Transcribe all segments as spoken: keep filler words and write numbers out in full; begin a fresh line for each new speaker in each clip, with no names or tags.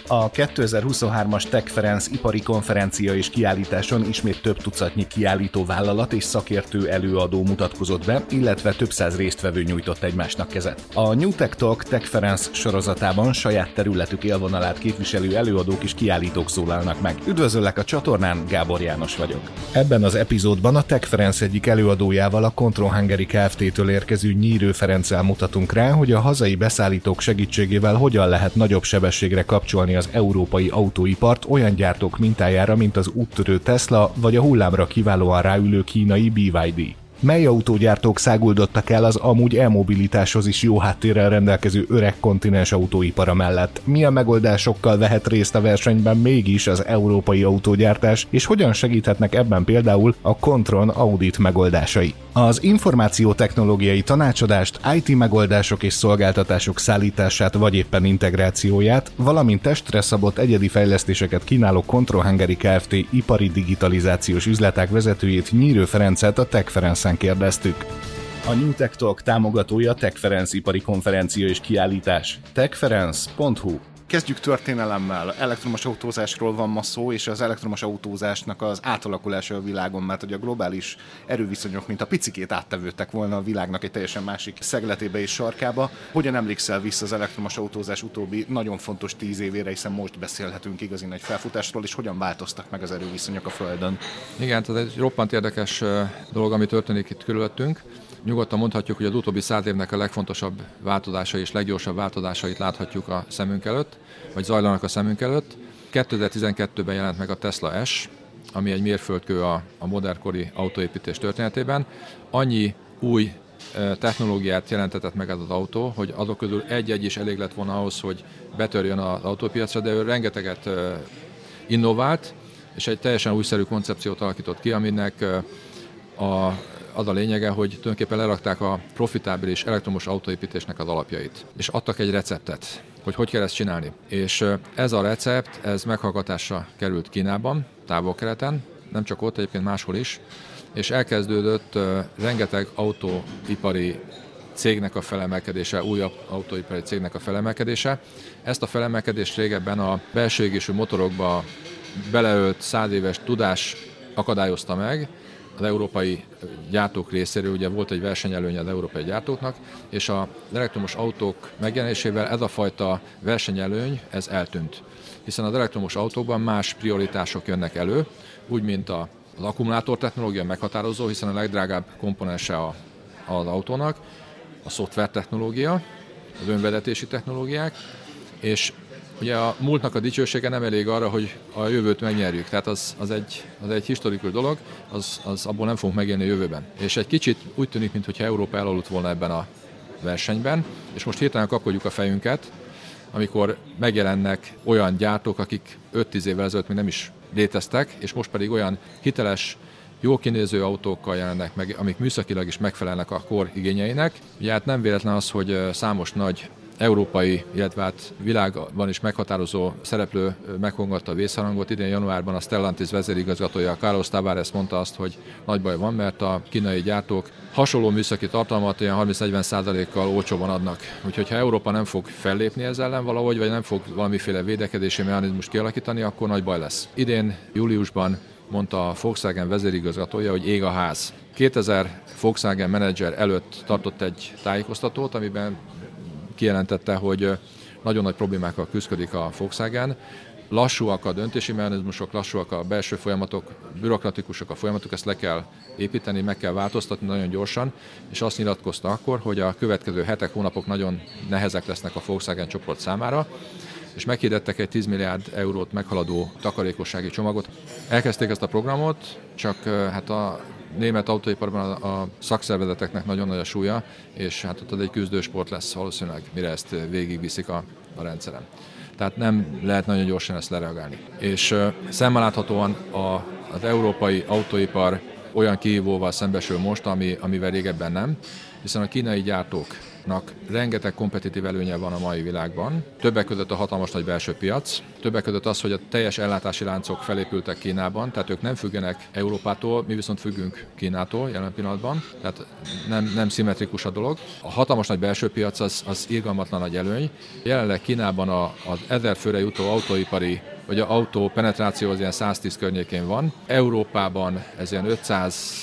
A kétezer-huszonhármas TechFerence ipari konferencia és kiállításon ismét több tucatnyi kiállító vállalat és szakértő előadó mutatkozott be, illetve több száz résztvevő nyújtott egymásnak kezet. A New Tech Talk TechFerence sorozatában saját területük élvonalát képviselő előadók és kiállítók szólalnak meg. Üdvözöllek a csatornán, Gábor János vagyok. Ebben az epizódban a TechFerence egyik előadójával, a Kontron Hungary Kft-től érkező Nyírő Ferenccel mutatunk rá, hogy a hazai beszállítók segítségével hogyan lehet nagyobb sebességre kapcsolni az európai autóipart olyan gyártók mintájára, mint az úttörő Tesla vagy a hullámra kiválóan ráülő kínai bé vé dé. Mely autógyártók száguldottak el az amúgy e-mobilitáshoz is jó háttérrel rendelkező öreg kontinens autóipara mellett? Milyen megoldásokkal vehet részt a versenyben mégis az európai autógyártás, és hogyan segíthetnek ebben például a Kontron audit megoldásai? Az információtechnológiai tanácsadást, i té megoldások és szolgáltatások szállítását vagy éppen integrációját, valamint testre szabott egyedi fejlesztéseket kínáló Kontron Hungary Kft. Ipari digitalizációs üzletek vezetőjét, Nyírő Ferencet a TechFerence-en kérdeztük. A New Tech Talk támogatója TechFerence ipari konferencia és kiállítás. techference pont hu. Kezdjük történelemmel. Elektromos autózásról van ma szó, és az elektromos autózásnak az átalakulása a világon, mert hogy a globális erőviszonyok, mint a picikét áttevődtek volna a világnak egy teljesen másik szegletébe és sarkába. Hogyan emlékszel vissza az elektromos autózás utóbbi nagyon fontos tíz évére, hiszen most beszélhetünk igazi nagy felfutásról, és hogyan változtak meg az erőviszonyok a Földön?
Igen, ez egy roppant érdekes dolog, ami történik itt körülöttünk. Nyugodtan mondhatjuk, hogy az utóbbi száz évnek a legfontosabb változásai és leggyorsabb változásait láthatjuk a szemünk előtt, vagy zajlanak a szemünk előtt. kétezer-tizenkettőben jelent meg a Tesla S, ami egy mérföldkő a, a modernkori autóépítés történetében. Annyi új technológiát jelentetett meg ez az autó, hogy azok közül egy-egy is elég lett volna ahhoz, hogy betörjön az autópiacra, de ő rengeteget innovált, és egy teljesen újszerű koncepciót alakított ki, aminek a az a lényege, hogy tulajdonképpen lerakták a profitábilis elektromos autóépítésnek az alapjait. És adtak egy receptet, hogy hogy kell ezt csinálni. És ez a recept, ez meghallgatásra került Kínában, Távol-Keleten, nem csak ott, egyébként máshol is, és elkezdődött uh, rengeteg autóipari cégnek a felemelkedése, újabb autóipari cégnek a felemelkedése. Ezt a felemelkedést régebben a belső égésű motorokba beleölt száz éves tudás akadályozta meg, az európai gyártók részéről, ugye volt egy versenyelőnye az európai gyártóknak, és az elektromos autók megjelenésével ez a fajta versenyelőny, ez eltűnt. Hiszen az elektromos autókban más prioritások jönnek elő, úgy, mint az akkumulátor technológia meghatározó, hiszen a legdrágább komponense a, az autónak, a szoftver technológia, az önvezetési technológiák, és ugye a múltnak a dicsősége nem elég arra, hogy a jövőt megnyerjük. Tehát az, az, egy, az egy historikus dolog, az, az abból nem fogunk megélni a jövőben. És egy kicsit úgy tűnik, mintha Európa elaludt volna ebben a versenyben, és most hirtelen kapkodjuk a fejünket, amikor megjelennek olyan gyártók, akik öt-tíz évvel ezelőtt még nem is léteztek, és most pedig olyan hiteles, jó kinéző autókkal jelennek meg, amik műszakilag is megfelelnek a kor igényeinek. Ugye hát nem véletlen az, hogy számos nagy európai, illetve hát világban is meghatározó szereplő megkongatta a vészharangot. Idén januárban a Stellantis vezérigazgatója Carlos Tavares mondta azt, hogy nagy baj van, mert a kínai gyártók hasonló műszaki tartalmat olyan harminc-negyven százalékkal olcsóban adnak. Úgyhogy ha Európa nem fog fellépni ezzel ellen valahogy, vagy nem fog valamiféle védekezési mechanizmust kialakítani, akkor nagy baj lesz. Idén júliusban mondta a Volkswagen vezérigazgatója, hogy ég a ház. kétezer Volkswagen menedzser előtt tartott egy tájékoztatót, amiben kijelentette, hogy nagyon nagy problémákkal küzdik a Volkswagen. Lassúak a döntési mechanizmusok, lassúak a belső folyamatok, bürokratikusak a folyamatok, ezt le kell építeni, meg kell változtatni nagyon gyorsan, és azt nyilatkozta akkor, hogy a következő hetek, hónapok nagyon nehezek lesznek a Volkswagen csoport számára, és meghirdettek egy tíz milliárd eurót meghaladó takarékossági csomagot. Elkezdték ezt a programot, csak hát a német autóiparban a, a szakszervezeteknek nagyon nagy a súlya, és hát ott egy küzdősport lesz valószínűleg, mire ezt végigviszik a, a rendszeren. Tehát nem lehet nagyon gyorsan ezt lereagálni. És uh, szemmel láthatóan a, az európai autóipar olyan kihívóval szembesül most, ami, amivel régebben nem, hiszen a kínai gyártók gyártóknak rengeteg kompetitív előnye van a mai világban. Többek között a hatalmas nagy belső piac, többek között az, hogy a teljes ellátási láncok felépültek Kínában, tehát ők nem függenek Európától, mi viszont függünk Kínától jelen pillanatban, tehát nem, nem szimmetrikus a dolog. A hatalmas nagy belső piac az, az irgalmatlan nagy előny. Jelenleg Kínában a, az ezer főre jutó autóipari vagy az autó penetráció az ilyen száztíz környékén van. Európában ez ilyen ötszáz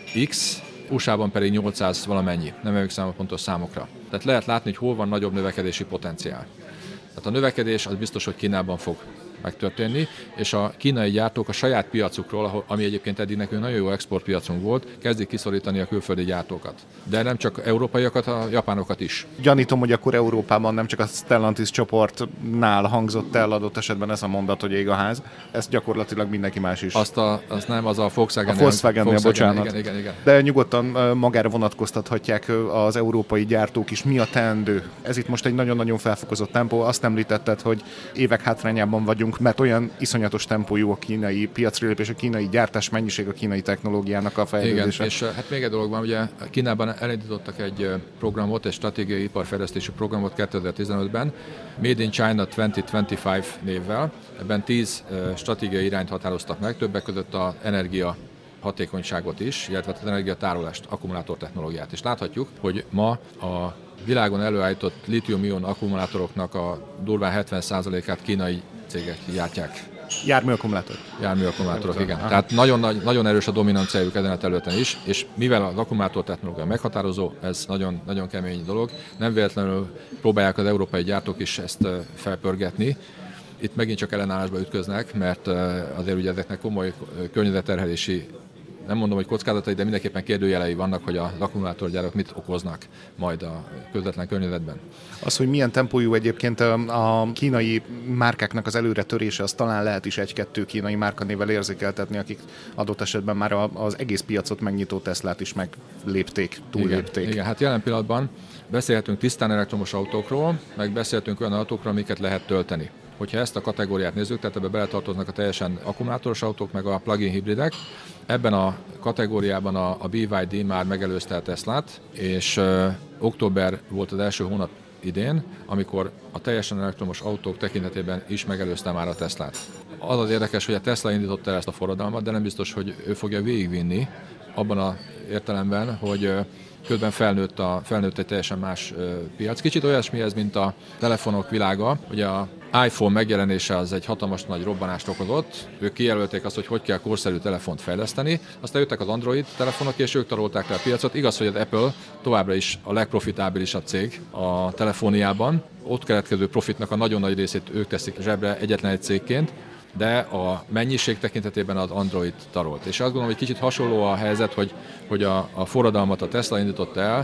x, u es á-ban pedig nyolcszáz valamennyi, nem emlékszem a pontos számokra. Tehát lehet látni, hogy hol van nagyobb növekedési potenciál. Tehát a növekedés az biztos, hogy Kínában fog megtörténni, és a kínai gyártók a saját piacukról, ami egyébként eddig nekünk nagyon jó exportpiacunk volt, kezdik kiszorítani a külföldi gyártókat. De nem csak európaiakat, a japánokat is.
Gyanítom, hogy akkor Európában nem csak a Stellantis csoportnál hangzott el adott esetben ez a mondat, hogy ég a ház. Ez gyakorlatilag mindenki más is.
Azt, a, azt nem, az a Volkswagen.
A Volkswagen-nél, bocsánat.
Igen, igen, igen.
De nyugodtan magára vonatkoztathatják az európai gyártók is. Mi a teendő? Ez itt most egy nagyon-nagyon felfokozott tempó. Azt említetted, hogy évek hátrányában vagyunk, mert olyan iszonyatos tempójú a kínai piacra lépés, a kínai gyártás mennyiség, a kínai technológiának a fejlődése.
Igen, és hát még egy dolog van, ugye Kínában elindítottak egy programot, egy stratégiai iparfejlesztési programot kétezer-tizenötben, Made in China kétezer-huszonöt névvel. Ebben tíz stratégiai irányt határoztak meg, többek között az energia hatékonyságot is, illetve az energiatárolást, akkumulátortechnológiát. És láthatjuk, hogy ma a világon előállított litium-ion akkumulátoroknak a durván hetven százalékát kínai cégek gyártják.
Járműakkumulátor.
Járműakkumulátorok, igen. Aha. Tehát nagyon, nagyon erős a dominanciájuk ezen a területen is, és mivel az akkumulátor technológia meghatározó, ez nagyon, nagyon kemény dolog. Nem véletlenül próbálják az európai gyártók is ezt felpörgetni. Itt megint csak ellenállásba ütköznek, mert azért ugye ezeknek komoly környezetterhelési, nem mondom, hogy kockázatai, de mindenképpen kérdőjelei vannak, hogy az akkumulátorgyárak mit okoznak majd a közvetlen környezetben.
Az, hogy milyen tempójú egyébként a kínai márkáknak az előre törése, az talán lehet is egy-kettő kínai márkanével érzékeltetni, akik adott esetben már az egész piacot megnyitó Teslát is meglépték, túllépték.
Igen, igen, hát jelen pillanatban beszélhetünk tisztán elektromos autókról, meg beszélhetünk olyan autókról, amiket lehet tölteni. Hogyha ezt a kategóriát nézzük, tehát ebbe beletartoznak a teljesen akkumulátoros autók, meg a plug-in hibridek. Ebben a kategóriában a, a bé vé dé már megelőzte a Teslát, és ö, október volt az első hónap idén, amikor a teljesen elektromos autók tekintetében is megelőzte már a Teslát. Az az érdekes, hogy a Tesla indította el ezt a forradalmat, de nem biztos, hogy ő fogja végigvinni abban az értelemben, hogy ö, közben felnőtt, a, felnőtt egy teljesen más ö, piac. Kicsit olyasmi ez, mint a telefonok világa. Ugye a iPhone megjelenése az egy hatalmas nagy robbanást okozott. Ők kijelölték azt, hogy hogy kell korszerű telefont fejleszteni. Aztán jöttek az Android telefonok, és ők tarolták le a piacot. Igaz, hogy az Apple továbbra is a legprofitábilisabb cég a telefóniában. Ott keletkező profitnak a nagyon nagy részét ők teszik zsebre egyetlen egy cégként, de a mennyiség tekintetében az Android tarolt. És azt gondolom, hogy kicsit hasonló a helyzet, hogy, hogy a, a forradalmat a Tesla indította el,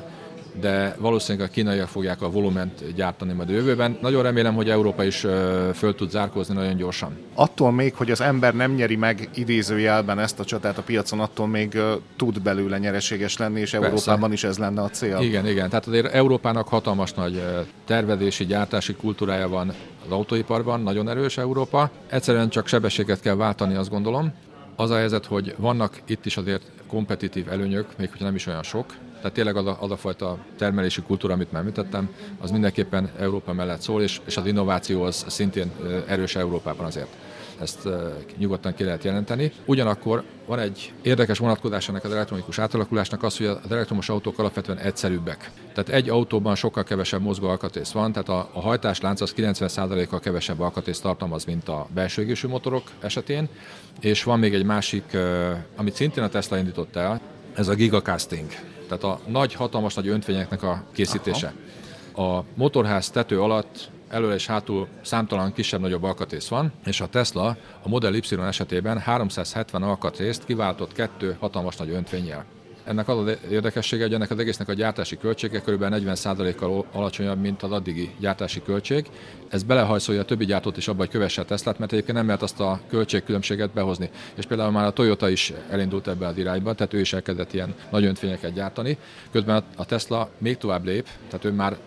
de valószínűleg a kínaiak fogják a volument gyártani majd a jövőben. Nagyon remélem, hogy Európa is föl tud zárkózni nagyon gyorsan.
Attól még, hogy az ember nem nyeri meg idézőjelben ezt a csatát a piacon, attól még tud belőle nyereséges lenni, és Persze. Európában is ez lenne a cél.
Igen, igen. Tehát azért Európának hatalmas nagy tervezési, gyártási kultúrája van az autóiparban, nagyon erős Európa. Egyszerűen csak sebességet kell váltani, azt gondolom. Az a helyzet, hogy vannak itt is azért kompetitív előnyök, még hogyha nem is olyan sok. Tehát tényleg az a, az a fajta termelési kultúra, amit már említettem, az mindenképpen Európa mellett szól, és, és az innováció az szintén erős Európában azért. Ezt nyugodtan ki lehet jelenteni. Ugyanakkor van egy érdekes vonatkozás ennek az elektronikus átalakulásnak az, hogy az elektromos autók alapvetően egyszerűbbek. Tehát egy autóban sokkal kevesebb mozgó alkatrész van, tehát a, a hajtáslánc az kilencven százalékkal kevesebb alkatrészt tartalmaz, mint a belső égésű motorok esetén. És van még egy másik, amit szintén a Tesla indított el, ez a gigacasting. Tehát a nagy, hatalmas nagy öntvényeknek a készítése. Aha. A motorház tető alatt elől és hátul számtalan kisebb-nagyobb alkatrész van, és a Tesla a Model Y esetében háromszázhetven alkatrészt kiváltott kettő hatalmas nagy öntvényjel. Ennek az az érdekessége, hogy ennek az egésznek a gyártási költsége kb. negyven százalékkal alacsonyabb, mint az addigi gyártási költség. Ez belehajszolja a többi gyártót is abba, hogy kövesse a Teslát, mert egyébként nem lehet azt a költségkülönbséget behozni. És például már a Toyota is elindult ebbe az irányba, tehát ő is elkezdett ilyen nagy öntvényeket gyártani. Közben a Tesla még tovább lép, tehát ő már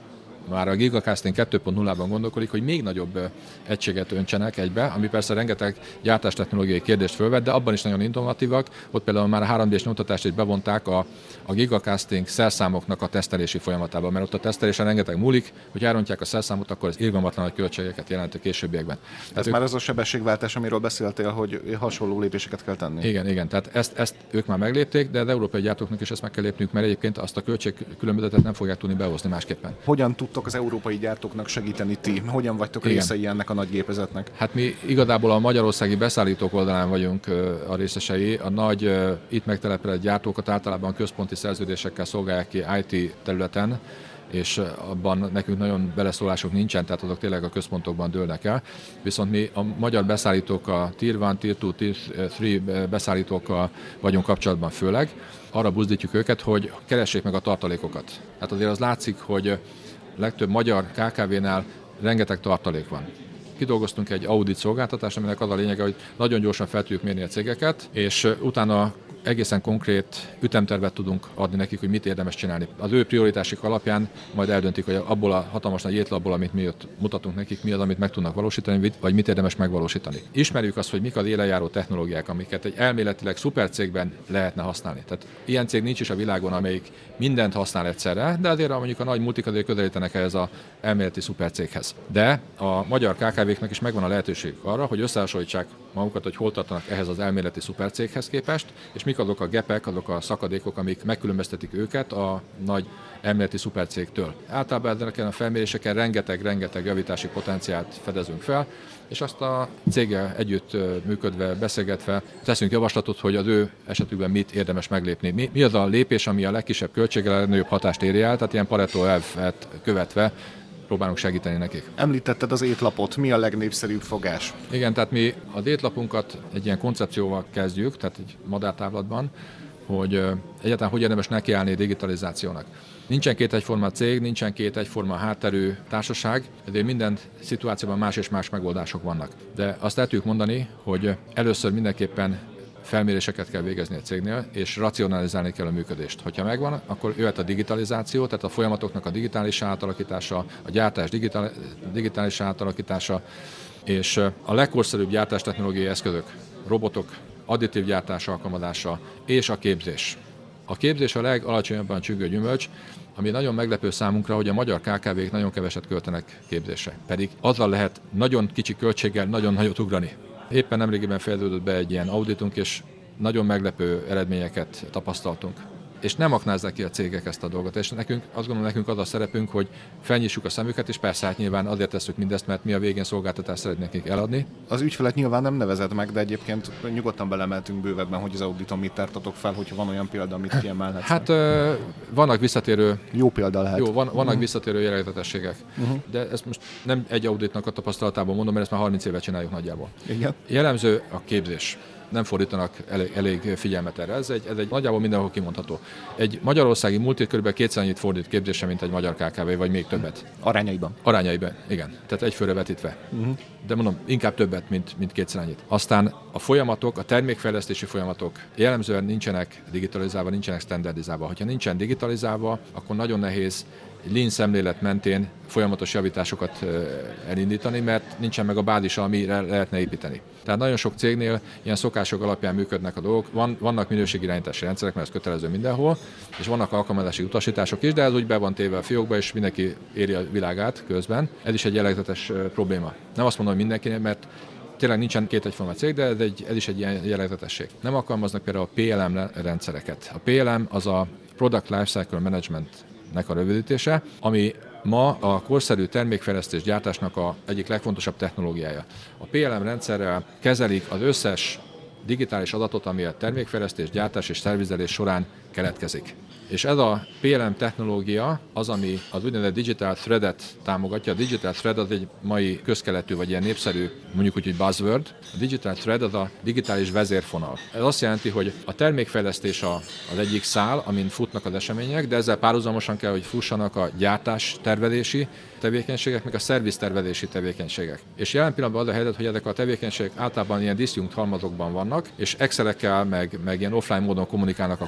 már a gigacasting kettő pont nullában gondolkodik, hogy még nagyobb egységet öntsenek egybe, ami persze rengeteg gyártástechnológiai kérdést fölvet, de abban is nagyon innovatívak. Ott például már a három dés nyomtatást is bevonták a, a gigacasting szerszámoknak a tesztelési folyamatában, mert ott a tesztelésen rengeteg múlik, hogy elrontják a szerszámot, akkor ez irgalmatlan nagy költségeket jelent a későbbiekben.
Ez
tehát
már
ők...
az a sebességváltás, amiről beszéltél, hogy hasonló lépéseket kell tenni.
Igen, igen, tehát ezt, ezt ők már meglépték, de az európai gyártóknak is ezt meg kell lépniük, mert egyébként azt a költségkülönbözetet nem fogják tudni behozni másképpen.
Hogyan tudtok az európai gyártóknak segíteni ti? Hogyan vagytok igen. részei ennek a nagy gépezetnek?
Hát mi igazából a magyarországi beszállítók oldalán vagyunk a részesei. A nagy itt megtelepedett gyártókat általában központi szerződésekkel szolgálják ki i té területen, és abban nekünk nagyon beleszólásunk nincsen, tehát azok tényleg a központokban dőlnek el. Viszont mi a magyar beszállítók, a Tier egy, Tier kettő, Tier három beszállítókkal vagyunk kapcsolatban főleg. Arra buzdítjuk őket, hogy keressék meg a tartalékokat. Hát azért az látszik, hogy legtöbb magyar ká ká vé-nál rengeteg tartalék van. Kidolgoztunk egy audit szolgáltatást, aminek az a lényege, hogy nagyon gyorsan fel tudjuk mérni a cégeket, és utána egészen konkrét ütemtervet tudunk adni nekik, hogy mit érdemes csinálni. Az ő prioritások alapján majd eldöntik, hogy abból a hatalmas nagy étlapból, amit mi ott mutatunk nekik, mi az, amit meg tudnak valósítani, vagy mit érdemes megvalósítani. Ismerjük azt, hogy mik az élenjáró technológiák, amiket egy elméletileg szupercégben lehetne használni. Tehát ilyen cég nincs is a világon, amelyik mindent használ egyszerre, de azért mondjuk a nagy multik azért közelítenek ehhez az elméleti szupercéghez. De a magyar ká ká vé-knek is megvan a lehetőség arra, hogy összehasonlítsák magukat, hogy hol tartanak ehhez az elméleti szupercéghez képest, és mik azok a gepek, azok a szakadékok, amik megkülönböztetik őket a nagy elméleti szupercégtől. Általában ezeken a felméréseken rengeteg-rengeteg javítási potenciált fedezünk fel, és azt a céggel együtt működve, beszélgetve teszünk javaslatot, hogy az ő esetükben mit érdemes meglépni. Mi, mi az a lépés, ami a legkisebb költséggel a legnagyobb hatást éri el, tehát ilyen Pareto elvet követve próbálunk segíteni nekik.
Említetted az étlapot, mi a legnépszerűbb fogás?
Igen, tehát mi az étlapunkat egy ilyen koncepcióval kezdjük, tehát egy madártávlatban, hogy egyáltalán hogy érdemes nekiállni digitalizációnak. Nincsen két egyforma cég, nincsen két egyforma hátterű társaság, ezért minden szituációban más és más megoldások vannak. De azt el tudjuk mondani, hogy először mindenképpen felméréseket kell végezni a cégnél, és racionalizálni kell a működést. Hogyha megvan, akkor jöhet a digitalizáció, tehát a folyamatoknak a digitális átalakítása, a gyártás digitál, digitális átalakítása, és a legkorszerűbb gyártástechnológiai eszközök, robotok, additív gyártás alkalmazása és a képzés. A képzés a legalacsonyabban csüggő gyümölcs, ami nagyon meglepő számunkra, hogy a magyar ká ká vé-k nagyon keveset költenek képzésre. Pedig azzal lehet nagyon kicsi költséggel nagyon nagyot ugrani. Éppen nemrégiben fejlődött be egy ilyen auditunk, és nagyon meglepő eredményeket tapasztaltunk. És nem aknázzák ki a cégek ezt a dolgot. És nekünk, azt gondolom, nekünk az a szerepünk, hogy felnyissuk a szemüket, és persze hát nyilván azért tesszük mindezt, mert mi a végén szolgáltatást szeretnénk nekik eladni.
Az ügyfelet nyilván nem nevezed meg, de egyébként nyugodtan belemeltünk bővebben, hogy az auditon mit tártatok fel, hogyha van olyan példa, amit kiemelhetsz.
Hát ö, vannak visszatérő...
Jó példa lehet.
Jó, van, vannak uh-huh. visszatérő jellegzetességek. Uh-huh. De ezt most nem egy auditnak a tapasztalatában mondom, mert ezt már harminc éve csináljuk nagyjából.
Igen.
Jellemző a képzés. Nem fordítanak elég, elég figyelmet erre. Ez egy, ez egy nagyjából mindenhol kimondható. Egy magyarországi multi kb. kétszer annyit fordít képzésre, mint egy magyar ká ká vé, vagy még többet.
Arányaiban?
Arányaiban, igen. Tehát egyfőre vetítve. Uh-huh. De mondom, inkább többet, mint, mint kétszer annyit. Aztán a folyamatok, a termékfejlesztési folyamatok jellemzően nincsenek digitalizálva, nincsenek standardizálva. Ha nincsen digitalizálva, akkor nagyon nehéz egy lean szemlélet mentén folyamatos javításokat elindítani, mert nincsen meg a bázisa, amire lehetne építeni. Tehát nagyon sok cégnél ilyen szokások alapján működnek a dolgok. Van, vannak minőségirányítási rendszerek, mert ez kötelező mindenhol, és vannak alkalmazási utasítások is, de ez úgy be van téve a fiókba, és mindenki éri a világát közben. Ez is egy jellegzetes probléma. Nem azt mondom, hogy mindenkinek, mert tényleg nincsen két egyforma cég, de ez, egy, ez is egy ilyen jellegzetesség. Nem alkalmaznak például a pé el em rendszereket. A pé el em az a Product Lifecycle Management nek a rövidítése, ami ma a korszerű termékfejlesztés gyártásnak a egyik legfontosabb technológiája. A pé el em rendszerrel kezelik az összes digitális adatot, ami a termékfejlesztés, gyártás és szervizelés során keletkezik. És ez a pé el em technológia az, ami az úgynevezett Digital Thread-et támogatja. A Digital Thread az egy mai közkeletű, vagy ilyen népszerű, mondjuk úgy, hogy buzzword. A Digital Thread az a digitális vezérfonal. Ez azt jelenti, hogy a termékfejlesztés az egyik szál, amin futnak az események, de ezzel párhuzamosan kell, hogy fussanak a gyártás tervezési tevékenységek, meg a szerviztervezési tevékenységek. És jelen pillanatban az a helyzet, hogy ezek a tevékenységek általában ilyen diszjunkt halmazokban vannak, és Excelekkel, meg, meg ilyen offline módon kommunikálnak a kollégák egymással,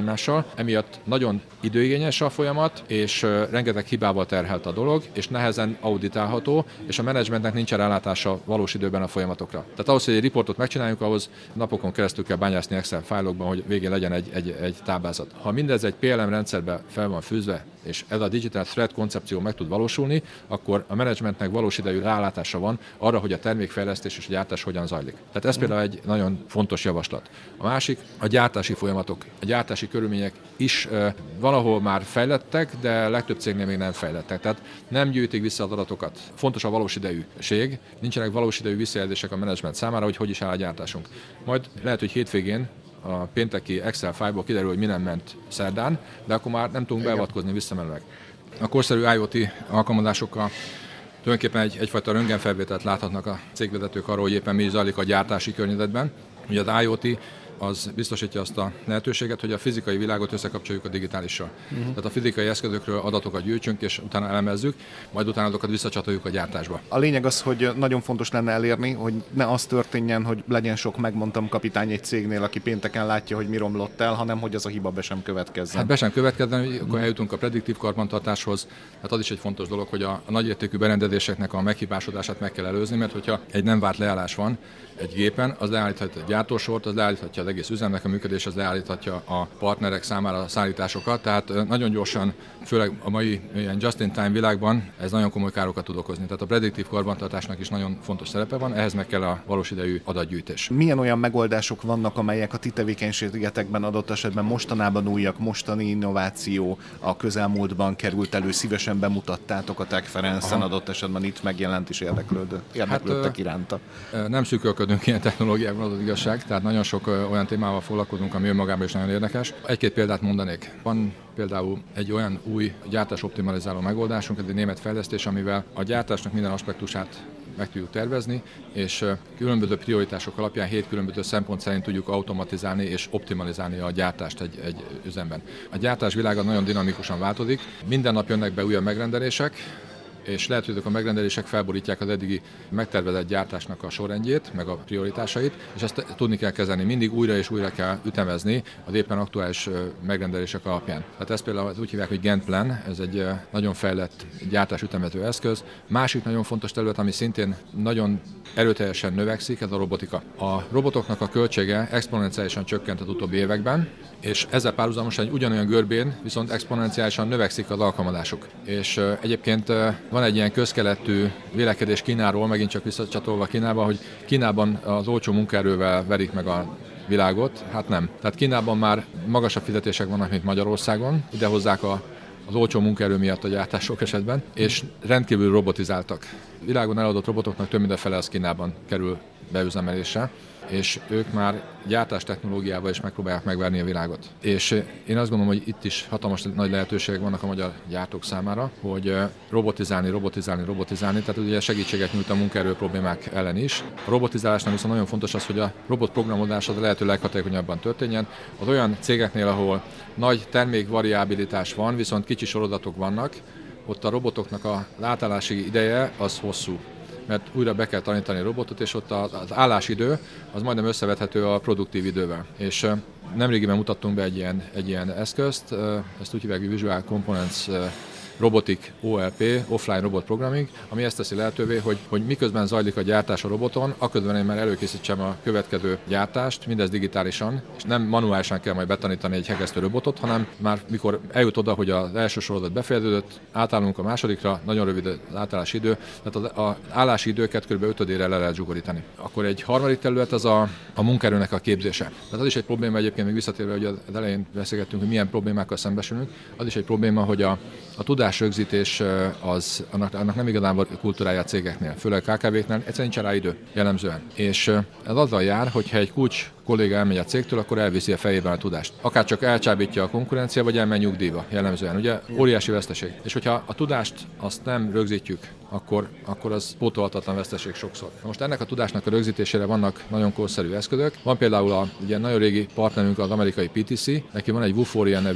egymással. Emiatt nagyon időigényes a folyamat, és rengeteg hibával terhelt a dolog, és nehezen auditálható, és a menedzsmentnek nincs rálátása valós időben a folyamatokra. Tehát ahhoz, hogy egy riportot megcsináljuk, ahhoz napokon keresztül kell bányászni Excel fájlokban, hogy végén legyen egy, egy, egy táblázat. Ha mindez egy pé el em rendszerbe fel van fűzve, és ez a Digital Thread koncepció meg tud valósulni, akkor a menedzsmentnek valós idejű rálátása van arra, hogy a termékfejlesztés és a gyártás hogyan zajlik. Tehát ez például egy nagyon fontos javaslat. A másik a gyártási folyamatok. A gyártási körülmények is e, valahol már fejlettek, de legtöbb cégnél még nem fejlettek. Tehát nem gyűjtik vissza az adatokat. Fontos a valós idejűség. Nincsenek valós idejű visszajelzések a menedzsment számára, hogy hogy is áll a gyártásunk. Majd lehet, hogy hétvégén a pénteki Excel fájlból kiderül, hogy mi nem ment szerdán, de akkor már nem tudunk beavatkozni visszamenőleg. A korszerű IoT alkalmazásokkal tulajdonképpen egy, egyfajta röntgenfelvételt láthatnak a cégvezetők arról, hogy éppen mi zajlik a gyártási környezetben. Ugye az IoT az biztosítja azt a lehetőséget, hogy a fizikai világot összekapcsoljuk a digitálissal. Uh-huh. Tehát a fizikai eszközökről adatokat gyűjtsünk, és utána elemezzük, majd utána azokat visszacsatoljuk a gyártásba.
A lényeg az, hogy nagyon fontos lenne elérni, hogy ne az történjen, hogy legyen sok megmondtam kapitány egy cégnél, aki pénteken látja, hogy mi romlott el, hanem hogy az a hiba be sem következzen.
Hát be sem következzen, hogy akkor eljutunk a prediktív karbantartáshoz. Hát az is egy fontos dolog, hogy a, a nagyértékű berendezéseknek a meghibásodását meg kell előzni, mert hogyha egy nem várt leállás van egy gépen, az leállíthatja a gyártósort, az leállíthatja az egész üzemnek a működés, az leállíthatja a partnerek számára a szállításokat, tehát nagyon gyorsan, főleg a mai ilyen just-in-time világban ez nagyon komoly károkat tud okozni. Tehát a prediktív karbantartásnak is nagyon fontos szerepe van, ehhez meg kell a valós idejű adatgyűjtés.
Milyen olyan megoldások vannak, amelyek a ti tevékenységetekben adott esetben mostanában újak, mostani innováció, a közelmúltban került elő, szívesen bemutattátok a Techferencen, adott esetben itt megjelent is érdeklődött, érdeklődtek hát, iránta?
Nem szűkölködünk ilyen technológiákban, az igazság, tehát nagyon sok olyan témával foglalkozunk, ami önmagában is nagyon érdekes. Egy-két példát mondanék. Van például egy olyan új gyártásoptimalizáló megoldásunk, ez egy német fejlesztés, amivel a gyártásnak minden aspektusát meg tudjuk tervezni, és különböző prioritások alapján hét különböző szempont szerint tudjuk automatizálni és optimalizálni a gyártást egy, egy üzemben. A gyártás világa nagyon dinamikusan változik, minden nap jönnek be újabb megrendelések, és lehet, hogy a megrendelések felborítják az eddigi megtervezett gyártásnak a sorrendjét, meg a prioritásait, és ezt tudni kell kezelni. Mindig újra és újra kell ütemezni az éppen aktuális megrendelések alapján. Tehát ezt például úgy hívják, hogy Gantt Plan, ez egy nagyon fejlett gyártás ütemező eszköz. Másik nagyon fontos terület, ami szintén nagyon erőteljesen növekszik, ez a robotika. A robotoknak a költsége exponenciálisan csökkent az utóbbi években, és ezzel párhuzamosan egy ugyanolyan görbén viszont exponenciálisan növekszik az alkalmazásuk. És egyébként van egy ilyen közkeletű vélekedés Kínáról, megint csak visszacsatolva Kínába, hogy Kínában az olcsó munkaerővel verik meg a világot. Hát nem. Tehát Kínában már magasabb fizetések vannak, mint Magyarországon. Ide hozzák a, az olcsó munkaerő miatt a gyártás sok esetben, és rendkívül robotizáltak. Világon eladott robotoknak több mint a fele az Kínában kerül beüzemelésre, és ők már gyártás technológiával is megpróbálják megverni a világot. És én azt gondolom, hogy itt is hatalmas nagy lehetőségek vannak a magyar gyártók számára, hogy robotizálni, robotizálni, robotizálni, tehát ugye segítséget nyújt a munkaerő problémák ellen is. A robotizálásnál viszont nagyon fontos az, hogy a robotprogramozás az a lehető leghatékonyabban történjen. Az olyan cégeknél, ahol nagy termékvariabilitás van, viszont kicsi sorozatok vannak, ott a robotoknak az átállási ideje az hosszú, mert újra be kell tanítani a robotot, és ott az állásidő az majdnem összevethető a produktív idővel. És nemrégiben mutattunk be egy ilyen, egy ilyen eszközt, ezt úgy hívják, hogy Visual Components Robotic o el pé, Offline Robot Programming, ami ezt teszi lehetővé, hogy, hogy miközben zajlik a gyártás a roboton, akközben én már előkészítsem a következő gyártást, mindez digitálisan, és nem manuálisan kell majd betanítani egy hegesztő robotot, hanem már mikor eljut oda, hogy az első sorozat befejeződött, átállunk a másodikra, nagyon rövid az átállási idő, tehát az, az állási időket kb. ötödére le lehet zsugorítani. Akkor egy harmadik terület az a, a munkaerőnek a képzése. Tehát az is egy probléma egyébként, még visszatérve, hogy az elején beszélgettünk, hogy milyen problémákkal szembesülünk, az is egy probléma, hogy a, a tudásrögzítés az, annak, annak nem igazán van kultúrája a cégeknél, főleg ká ká véknél, egyszerűen nincs rá idő jellemzően. És ez azzal jár, hogyha egy kulcs kolléga elmegy a cégtől, akkor elviszi a fejében a tudást. Akár csak elcsábítja a konkurencia, vagy elmegy nyugdíjba jellemzően. Ugye óriási veszteség. És hogyha a tudást azt nem rögzítjük, akkor, akkor az pótolhatatlan veszteség sokszor. Most ennek a tudásnak a rögzítésére vannak nagyon korszerű eszközök. Van például a ugye nagyon régi partnerünk, az amerikai pé té cé, neki van egy Vuforia nevű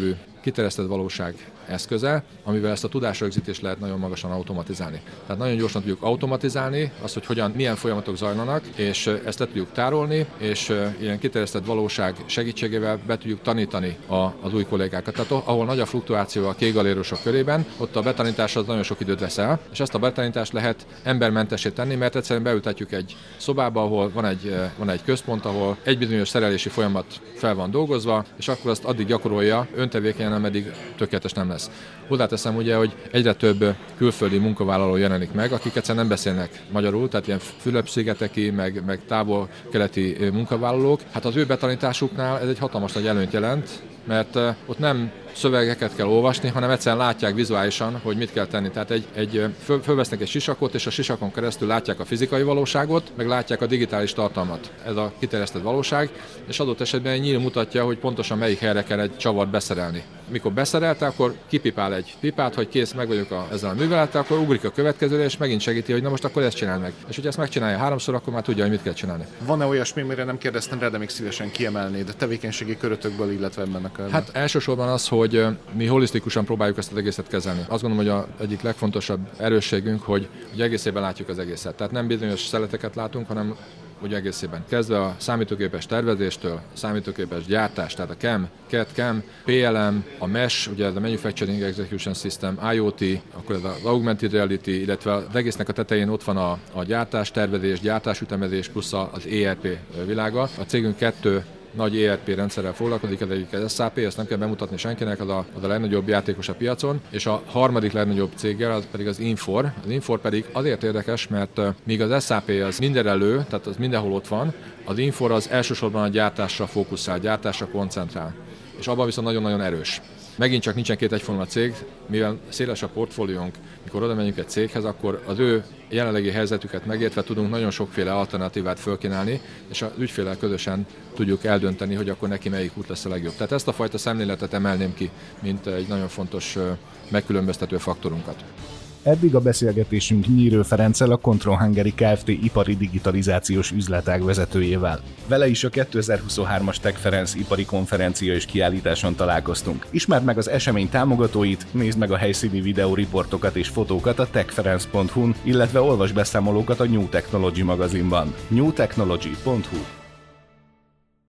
kiterjesztett valóság eszköze, amivel ezt a tudásrögzítést lehet nagyon magasan automatizálni. Tehát nagyon gyorsan tudjuk automatizálni azt, hogy hogyan, milyen folyamatok zajlanak, és ezt le tudjuk tárolni, és ilyen kiterjesztett valóság segítségével be tudjuk tanítani a, az új kollégákat. Tehát ahol nagy a fluktuáció a kékgalérosok körében, ott a betanítás az nagyon sok időt vesz el, és ezt a betanítást lehet embermentessé tenni, mert egyszerűen beültetjük egy szobába, ahol van egy, van egy központ, ahol egy bizonyos szerelési folyamat fel van dolgozva, és akkor azt addig gyakorolja öntevékenyen, ameddig tökéletes nem lesz. Hozzáteszem ugye, hogy egyre több külföldi munkavállaló jelenik meg, akik egyszerűen nem beszélnek magyarul, tehát ilyen Fülöp-szigeteki, meg, meg távol-keleti munkavállalók. Hát az ő betanításuknál ez egy hatalmas nagy előnyt jelent, mert ott nem szövegeket kell olvasni, hanem egyszerűen látják vizuálisan, hogy mit kell tenni. Tehát egy, egy, föl, fölvesznek egy sisakot, és a sisakon keresztül látják a fizikai valóságot, meg látják a digitális tartalmat. Ez a kiterjesztett valóság, és adott esetben egy nyíl mutatja, hogy pontosan melyik helyre kell egy csavart beszerelni. Mikor beszerelte, akkor kipipál egy pipát, hogy kész, meg vagyok a, ezzel a művelettel, akkor ugrik a következőre, és megint segíti, hogy na most akkor ezt csináld meg. És hogyha ezt megcsinálja háromszor, akkor már tudja, hogy mit kell csinálni.
Van-e olyasmi, amire nem kérdeztem rá, de még szívesen kiemelnéd a tevékenységi körötökből, illetve ebben a körben?
Hát elsősorban az, hogy mi holisztikusan próbáljuk ezt az egészet kezelni. Azt gondolom, hogy a egyik legfontosabb erősségünk, hogy, hogy egészében látjuk az egészet. Tehát nem bizonyos szeleteket látunk, hanem úgy egészében. Kezdve a számítógépes tervezéstől, a számítógépes gyártás, tehát a C A M, C A D, C A M, P L M, a MES, ugye ez a Manufacturing Execution System, I O T, akkor ez az Augmented Reality, illetve az egésznek a tetején ott van a, a gyártás, tervezés, gyártásütemezés plusz az E R P világa. A cégünk kettő nagy E R P rendszerrel foglalkozik, ez egyik az S A P, ezt nem kell bemutatni senkinek, az a, az a legnagyobb játékos a piacon, és a harmadik legnagyobb céggel, az pedig az Infor. Az Infor pedig azért érdekes, mert míg az S A P az mindenelő, tehát az mindenhol ott van, az Infor az elsősorban a gyártásra fókuszál, gyártásra koncentrál, és abban viszont nagyon-nagyon erős. Megint csak nincsen két egyforma cég, mivel széles a portfóliónk, mikor oda megyünk egy céghez, akkor az ő jelenlegi helyzetüket megértve tudunk nagyon sokféle alternatívát fölkínálni, és az ügyféllel közösen tudjuk eldönteni, hogy akkor neki melyik út lesz a legjobb. Tehát ezt a fajta szemléletet emelném ki, mint egy nagyon fontos megkülönböztető faktorunkat.
Eddig a beszélgetésünk Nyírő Ferenccel, a Kontron Hungary Kft. Ipari digitalizációs üzletág vezetőjével. Vele is a kétezer-huszonhármas TechFerence ipari konferencia és kiállításon találkoztunk. Ismerd meg az esemény támogatóit, nézd meg a helyszíni videóriportokat és fotókat a techference pont hu-n, illetve olvasd beszámolókat a New Technology magazinban. new technology pont hu